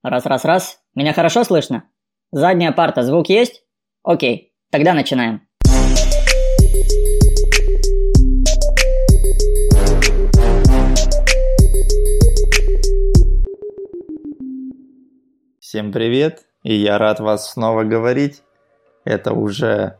Раз, раз, раз. Меня хорошо слышно? Задняя парта, звук есть? Окей, тогда начинаем. Всем привет, и я рад вас снова говорить. Это уже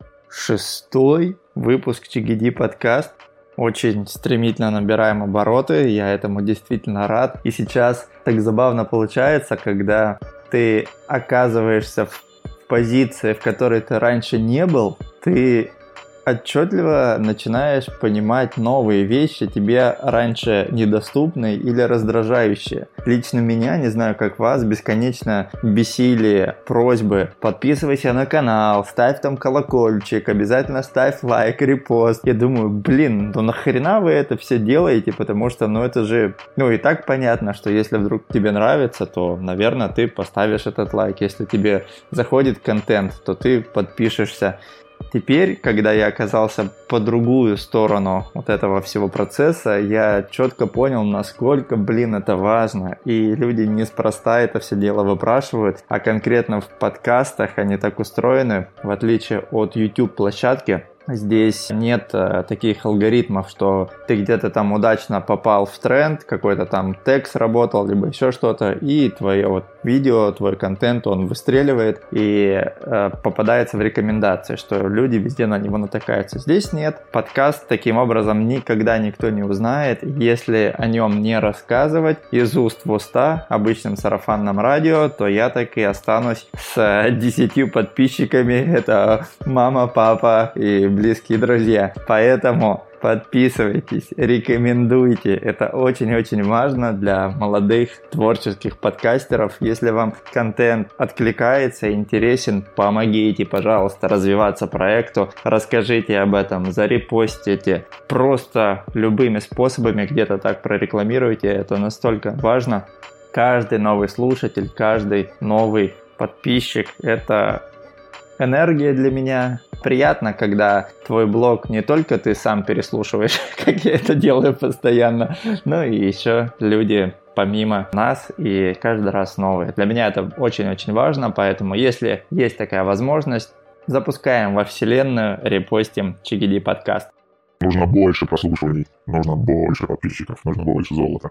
6-й выпуск ЧГД подкаст. Очень стремительно набираем обороты, я этому действительно рад. И сейчас так забавно получается, когда ты оказываешься в позиции, в которой ты раньше не был, ты отчетливо начинаешь понимать новые вещи, тебе раньше недоступные или раздражающие. Лично меня, не знаю как вас, бесконечно бесили просьбы: подписывайся на канал, ставь там колокольчик, обязательно ставь лайк, репост. Я думаю, ну нахрена вы это все делаете, потому что это же, и так понятно, что если вдруг тебе нравится, то, наверное, ты поставишь этот лайк. Если тебе заходит контент, то ты подпишешься. Теперь, когда я оказался по другую сторону вот этого всего процесса, я четко понял, насколько, это важно. И люди неспроста это все дело выпрашивают. А конкретно в подкастах они так устроены, в отличие от YouTube-площадки. Здесь нет таких алгоритмов, что ты где-то там удачно попал в тренд, какой-то там тег сработал, либо еще что-то, и твое видео, твой контент, он выстреливает и попадается в рекомендации, что люди везде на него натыкаются. Здесь нет. Подкаст таким образом никогда никто не узнает, если о нем не рассказывать из уст в уста обычным сарафанным радио, то я так и останусь с 10 подписчиками. Это мама, папа и близкие друзья. Поэтому подписывайтесь, рекомендуйте. Это очень-очень важно для молодых творческих подкастеров. Если вам контент откликается, интересен, помогите, пожалуйста, развиваться проекту. Расскажите об этом, зарепостите. Просто любыми способами где-то так прорекламируйте. Это настолько важно. Каждый новый слушатель, каждый новый подписчик – это энергия для меня. Приятно, когда твой блог не только ты сам переслушиваешь, как я это делаю постоянно, но и еще люди помимо нас и каждый раз новые. Для меня это очень-очень важно, поэтому если есть такая возможность, запускаем во вселенную, репостим ЧГД подкаст. Нужно больше прослушиваний, нужно больше подписчиков, нужно больше золота.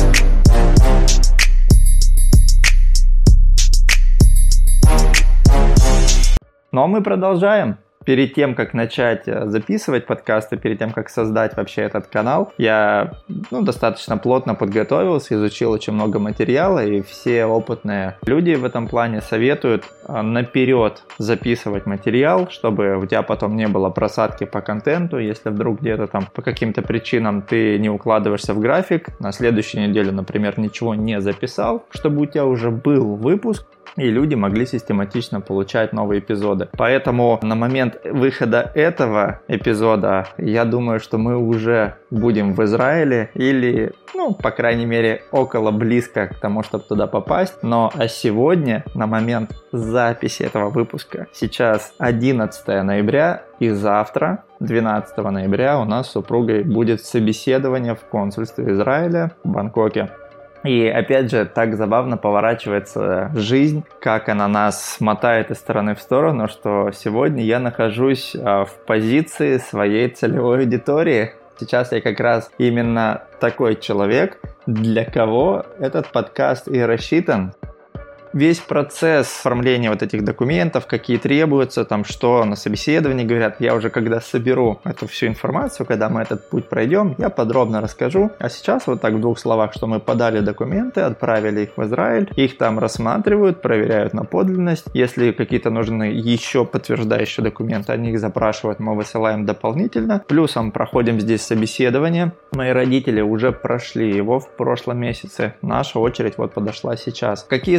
Но мы продолжаем. Перед тем, как начать записывать подкасты, перед тем, как создать вообще этот канал, я достаточно плотно подготовился, изучил очень много материала, и все опытные люди в этом плане советуют наперед записывать материал, чтобы у тебя потом не было просадки по контенту. Если вдруг где-то там по каким-то причинам ты не укладываешься в график, на следующей неделе, например, ничего не записал, чтобы у тебя уже был выпуск, и люди могли систематично получать новые эпизоды. Поэтому на момент выхода этого эпизода, я думаю, что мы уже будем в Израиле или, по крайней мере, около близко к тому, чтобы туда попасть. А сегодня, на момент записи этого выпуска, сейчас 11 ноября, и завтра, 12 ноября, у нас с супругой будет собеседование в консульстве Израиля в Бангкоке. И опять же, так забавно поворачивается жизнь, как она нас мотает из стороны в сторону, что сегодня я нахожусь в позиции своей целевой аудитории. Сейчас я как раз именно такой человек, для кого этот подкаст и рассчитан. Весь процесс оформления этих документов, какие требуются, что на собеседовании говорят, я уже когда соберу эту всю информацию, когда мы этот путь пройдем, я подробно расскажу. А сейчас так в 2 словах, что мы подали документы, отправили их в Израиль, их там рассматривают, проверяют на подлинность. Если какие-то нужны еще подтверждающие документы, они их запрашивают, мы высылаем дополнительно. Плюсом проходим здесь собеседование. Мои родители уже прошли его в прошлом месяце. Наша очередь подошла сейчас. Какие задают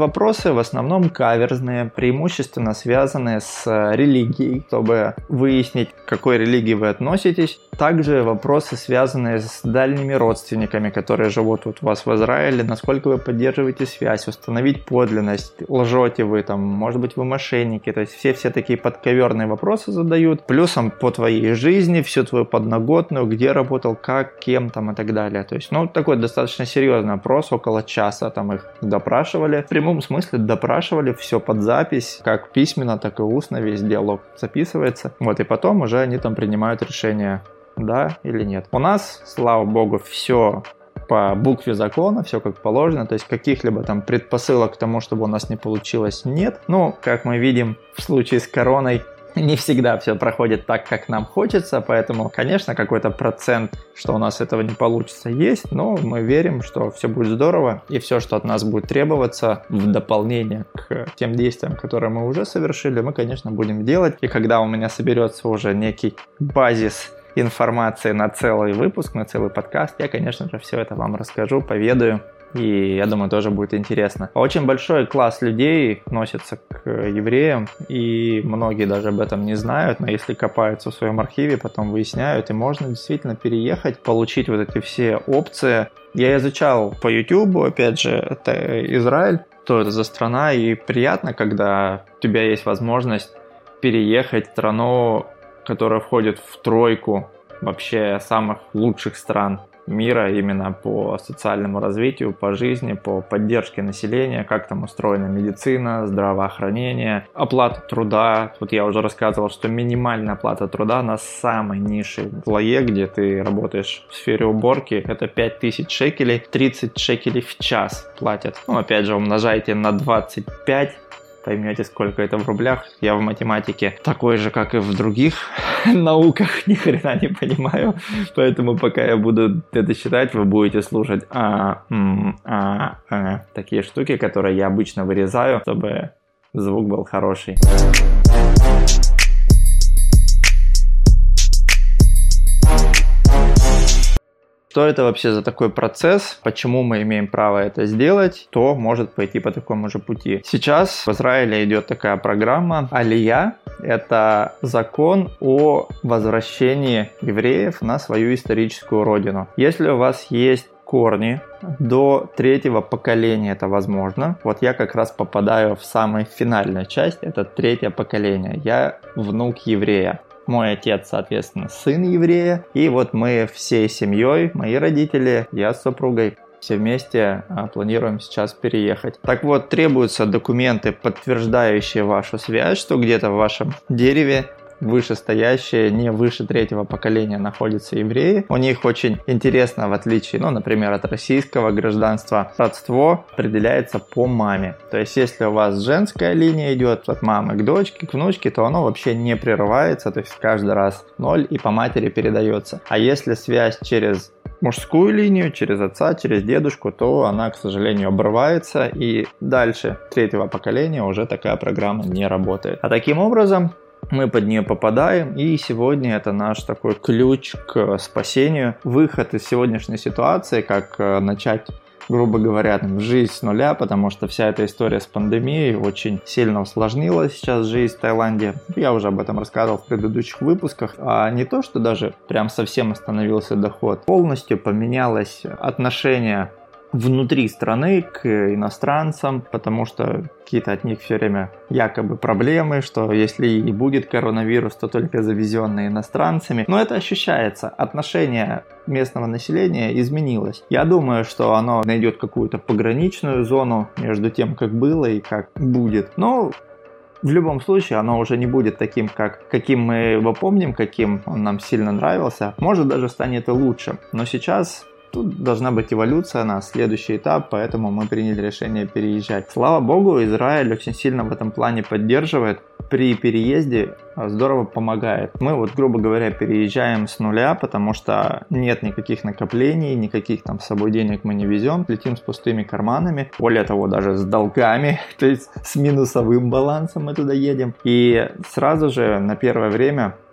вопросы в основном каверзные, преимущественно связанные с религией, чтобы выяснить, к какой религии вы относитесь. Также вопросы, связанные с дальними родственниками, которые живут вот у вас в Израиле, насколько вы поддерживаете связь, установить подлинность, лжете вы там, может быть, вы мошенники, то есть все такие подковерные вопросы задают. Плюсом по твоей жизни, всю твою подноготную, где работал, как, кем там и так далее. То есть, такой достаточно серьезный опрос, около часа там их допрашивали. В прямом смысле допрашивали, все под запись, как письменно, так и устно, весь диалог записывается. Вот, и потом уже они там принимают решение, да или нет. У нас, слава богу, все по букве закона, все как положено, то есть каких-либо там предпосылок к тому, чтобы у нас не получилось, нет. Как мы видим в случае с короной, не всегда все проходит так, как нам хочется, поэтому, конечно, какой-то процент, что у нас этого не получится, есть, но мы верим, что все будет здорово, и все, что от нас будет требоваться в дополнение к тем действиям, которые мы уже совершили, мы, конечно, будем делать. И когда у меня соберется уже некий базис информации на целый выпуск, на целый подкаст, я, конечно же, все это вам расскажу, поведаю. И я думаю, тоже будет интересно. Очень большой класс людей относится к евреям, и многие даже об этом не знают, но если копаются в своем архиве, потом выясняют, и можно действительно переехать, получить вот эти все опции. Я изучал по YouTube, опять же, это Израиль, что это за страна, и приятно, когда у тебя есть возможность переехать в страну, которая входит в тройку вообще самых лучших стран мира именно по социальному развитию, по жизни, по поддержке населения, как там устроена медицина, здравоохранение, оплата труда. Вот я уже рассказывал, что минимальная оплата труда на самой низшей слое, где ты работаешь в сфере уборки, это 5000 шекелей, 30 шекелей в час платят. Опять же, умножайте на 25, поймете, сколько это в рублях. Я в математике такой же, как и в других науках, ни хрена не понимаю. Поэтому пока я буду это считать, вы будете слушать такие штуки, которые я обычно вырезаю, чтобы звук был хороший. Что это вообще за такой процесс? Почему мы имеем право это сделать? Кто может пойти по такому же пути? Сейчас в Израиле идет такая программа Алия. Это закон о возвращении евреев на свою историческую родину. Если у вас есть корни, до 3-го поколения это возможно. Вот я как раз попадаю в самую финальную часть, это 3-е поколение. Я внук еврея. Мой отец, соответственно, сын еврея. И вот мы всей семьей, мои родители, я с супругой, все вместе планируем сейчас переехать. Так вот, требуются документы, подтверждающие вашу связь, что где-то в вашем дереве вышестоящие, не выше 3-го поколения находятся евреи. У них очень интересно, в отличие, например, от российского гражданства, родство определяется по маме. То есть, если у вас женская линия идет от мамы к дочке, к внучке, то оно вообще не прерывается, то есть каждый раз 0 и по матери передается. А если связь через мужскую линию, через отца, через дедушку, то она, к сожалению, обрывается, и дальше 3-го поколения уже такая программа не работает. А таким образом мы под нее попадаем, и сегодня это наш такой ключ к спасению, выход из сегодняшней ситуации, как начать, грубо говоря, жизнь с нуля, потому что вся эта история с пандемией очень сильно усложнила сейчас жизнь в Таиланде. Я уже об этом рассказывал в предыдущих выпусках. А не то, что даже прям совсем остановился доход, полностью поменялось отношение внутри страны к иностранцам, потому что какие-то от них все время якобы проблемы, что если и будет коронавирус, то только завезенные иностранцами. Но это ощущается. Отношение местного населения изменилось. Я думаю, что оно найдет какую-то пограничную зону между тем, как было и как будет. Но в любом случае оно уже не будет таким, каким мы его помним, каким он нам сильно нравился. Может, даже станет и лучше. Но сейчас тут должна быть эволюция на следующий этап, поэтому мы приняли решение переезжать. Слава богу, Израиль очень сильно в этом плане поддерживает. При переезде здорово помогает. Мы вот, грубо говоря, переезжаем с нуля, потому что нет никаких накоплений, никаких там с собой денег мы не везем, летим с пустыми карманами, более того, даже с долгами, то есть с минусовым балансом мы туда едем. И сразу же на первое время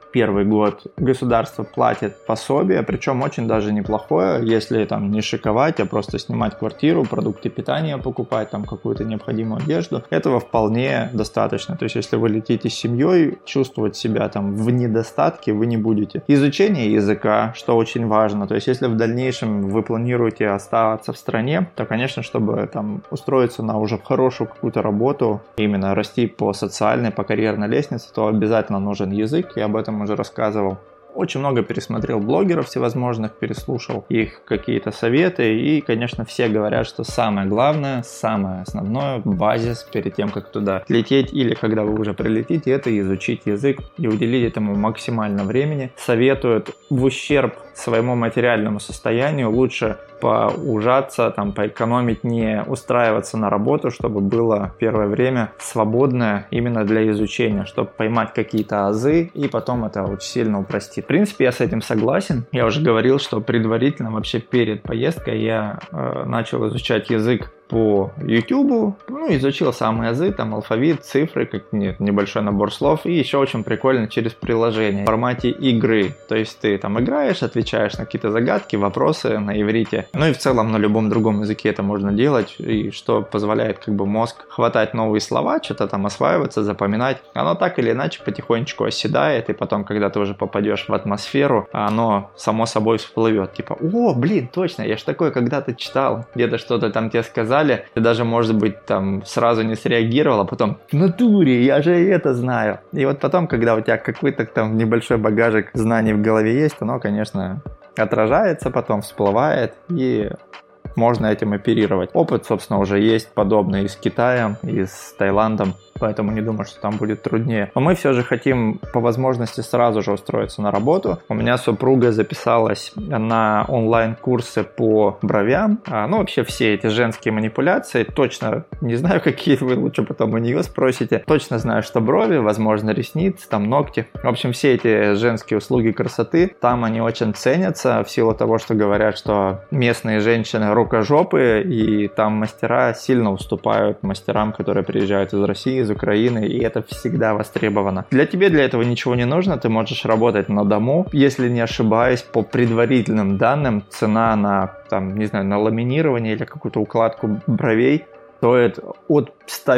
первый год государство платит пособие, причем очень даже неплохое, если там не шиковать, а просто снимать квартиру, продукты питания покупать, там какую-то необходимую одежду. Этого вполне достаточно. То есть, если вы летите с семьей, чувствовать себя там в недостатке вы не будете. Изучение языка, что очень важно. То есть, если в дальнейшем вы планируете оставаться в стране, то, конечно, чтобы там устроиться на уже хорошую какую-то работу, именно расти по социальной, по карьерной лестнице, то обязательно нужен язык. Я об этом уже рассказывал. Очень много пересмотрел блогеров всевозможных, переслушал их какие-то советы, и, конечно, все говорят, что самое главное, самое основное, базис перед тем, как туда лететь или когда вы уже прилетите, это изучить язык и уделить этому максимально времени. Советуют в ущерб своему материальному состоянию лучше поужаться, там, поэкономить, не устраиваться на работу, чтобы было первое время свободное именно для изучения, чтобы поймать какие-то азы и потом это очень сильно упростит. В принципе, я с этим согласен. Я уже говорил, что предварительно, вообще перед поездкой я начал изучать язык по YouTube, изучил самые азы, там алфавит, цифры, небольшой набор слов, и еще очень прикольно через приложение в формате игры. То есть ты там играешь, отвечаешь на какие-то загадки, вопросы на иврите. И в целом на любом другом языке это можно делать, и что позволяет мозг хватать новые слова, что-то там осваиваться, запоминать. Оно так или иначе потихонечку оседает, и потом, когда ты уже попадешь в атмосферу, оно само собой всплывет. Типа, точно, я ж такое когда-то читал, где-то что-то там тебе сказали, ты даже, может быть, там сразу не среагировал, а потом в натуре, я же это знаю. И вот потом, когда у тебя какой-то там небольшой багажик знаний в голове есть, оно, конечно, отражается, потом всплывает, и можно этим оперировать. Опыт, собственно, уже есть подобный и с Китаем, и с Таиландом, поэтому не думаю, что там будет труднее. Но мы все же хотим по возможности сразу же устроиться на работу. У меня супруга записалась на онлайн-курсы по бровям. Вообще все эти женские манипуляции. Точно не знаю, какие вы, лучше потом у нее спросите. Точно знаю, что брови, возможно, ресницы, там ногти. В общем, все эти женские услуги красоты, там они очень ценятся в силу того, что говорят, что местные женщины рукожопые, и там мастера сильно уступают мастерам, которые приезжают из России, из Украины, и это всегда востребовано. Для этого ничего не нужно, ты можешь работать на дому. Если не ошибаюсь, по предварительным данным, цена на, на ламинирование или какую-то укладку бровей стоит от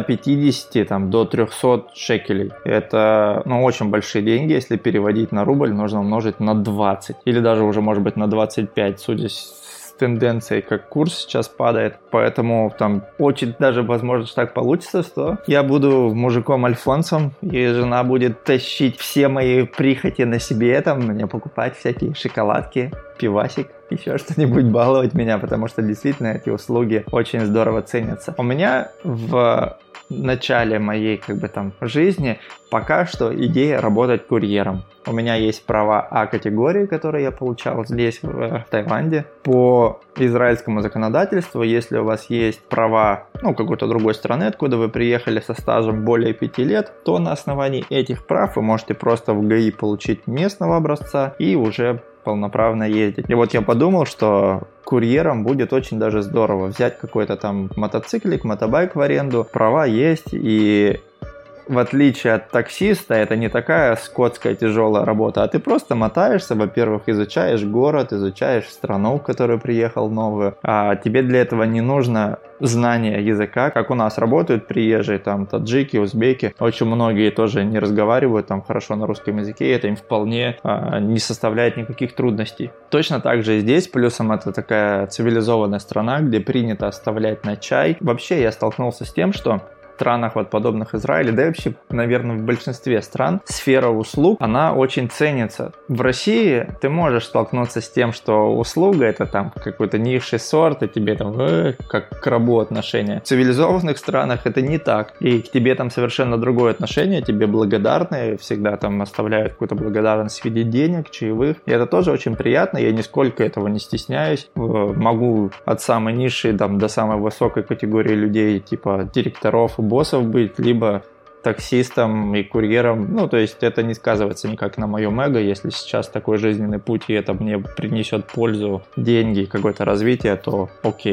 150 до 300 шекелей. Это, очень большие деньги. Если переводить на рубль, нужно умножить на 20. Или даже уже, может быть, на 25, судя тенденцией, как курс сейчас падает. Поэтому там очень даже возможно, что так получится, что я буду мужиком-альфонсом, и жена будет тащить все мои прихоти на себе, мне покупать всякие шоколадки, пивасик, еще что-нибудь, баловать меня, потому что действительно эти услуги очень здорово ценятся. У меня в начале моей жизни пока что идея работать курьером. У меня есть права А-категории, которые я получал здесь, в Таиланде. По израильскому законодательству, если у вас есть права какой-то другой страны, откуда вы приехали со стажем более 5 лет, то на основании этих прав вы можете просто в ГАИ получить местного образца и уже полноправно ездить. И вот я подумал, что курьером будет очень даже здорово взять какой-то там мотоциклик, мотобайк в аренду, права есть, и в отличие от таксиста, это не такая скотская тяжелая работа, а ты просто мотаешься, во-первых, изучаешь город, изучаешь страну, в которую приехал новую, а тебе для этого не нужно знание языка, как у нас работают приезжие, таджики, узбеки, очень многие тоже не разговаривают хорошо на русском языке, и это им вполне не составляет никаких трудностей. Точно так же и здесь, плюсом это такая цивилизованная страна, где принято оставлять на чай. Вообще я столкнулся с тем, что в странах подобных Израилю, да и вообще, наверное, в большинстве стран сфера услуг, она очень ценится. В России ты можешь столкнуться с тем, что услуга это какой-то низший сорт, и тебе как к рабу отношения. В цивилизованных странах это не так, и к тебе совершенно другое отношение, тебе благодарны, всегда оставляют какую-то благодарность в виде денег, чаевых, и это тоже очень приятно, я нисколько этого не стесняюсь, могу от самой низшей до самой высокой категории людей, типа директоров и боссов быть, либо таксистом и курьером. То есть это не сказывается никак на моем эго. Если сейчас такой жизненный путь, и это мне принесет пользу, деньги, какое-то развитие, то окей.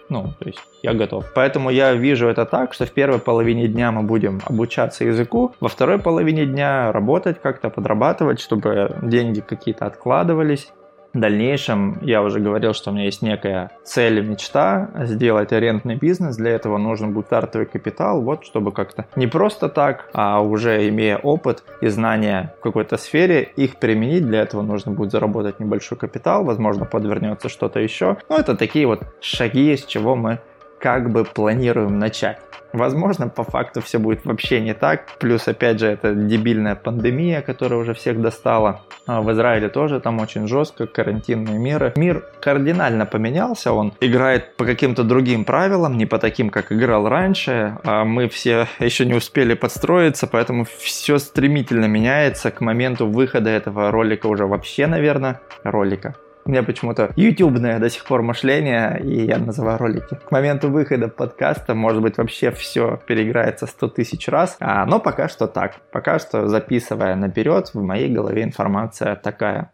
То есть я готов. Поэтому я вижу это так, что в первой половине дня мы будем обучаться языку, во второй половине дня работать как-то, подрабатывать, чтобы деньги какие-то откладывались. В дальнейшем я уже говорил, что у меня есть некая цель и мечта сделать арендный бизнес. Для этого нужен будет стартовый капитал, чтобы как-то не просто так, а уже имея опыт и знания в какой-то сфере, их применить. Для этого нужно будет заработать небольшой капитал, возможно, подвернется что-то еще. Это такие шаги, с чего мы как бы планируем начать. Возможно, по факту все будет вообще не так. Плюс, опять же, это дебильная пандемия, которая уже всех достала. В Израиле тоже там очень жестко, карантинные меры. Мир кардинально поменялся, он играет по каким-то другим правилам, не по таким, как играл раньше. А мы все еще не успели подстроиться, поэтому все стремительно меняется. К моменту выхода этого ролика уже вообще, наверное, У меня почему-то ютубное до сих пор мышление, и я называю ролики. К моменту выхода подкаста, может быть, вообще все переиграется 100 тысяч раз. Но пока что так. Пока что, записывая наперед, в моей голове информация такая.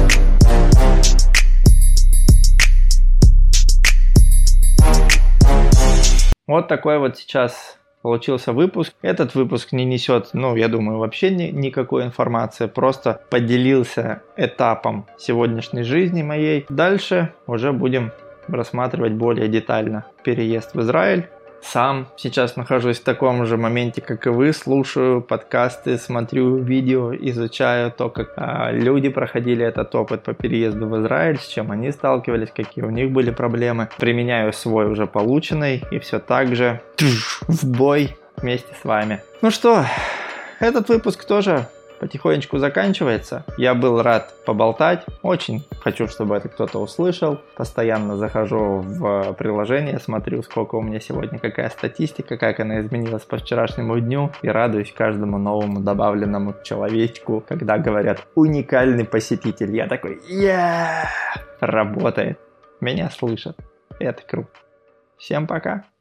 Вот такой сейчас получился выпуск. Этот выпуск не несет, я думаю, вообще никакой информации. Просто поделился этапом сегодняшней жизни моей. Дальше уже будем рассматривать более детально переезд в Израиль. Сам сейчас нахожусь в таком же моменте, как и вы. Слушаю подкасты, смотрю видео, изучаю то, как люди проходили этот опыт по переезду в Израиль, с чем они сталкивались, какие у них были проблемы. Применяю свой уже полученный и все так же в бой вместе с вами. Этот выпуск тоже потихонечку заканчивается. Я был рад поболтать. Очень хочу, чтобы это кто-то услышал. Постоянно захожу в приложение, смотрю, сколько у меня сегодня, какая статистика, как она изменилась по вчерашнему дню. И радуюсь каждому новому добавленному человечку, когда говорят «уникальный посетитель». Я такой «yeah!» Работает. Меня слышат. Это круто. Всем пока.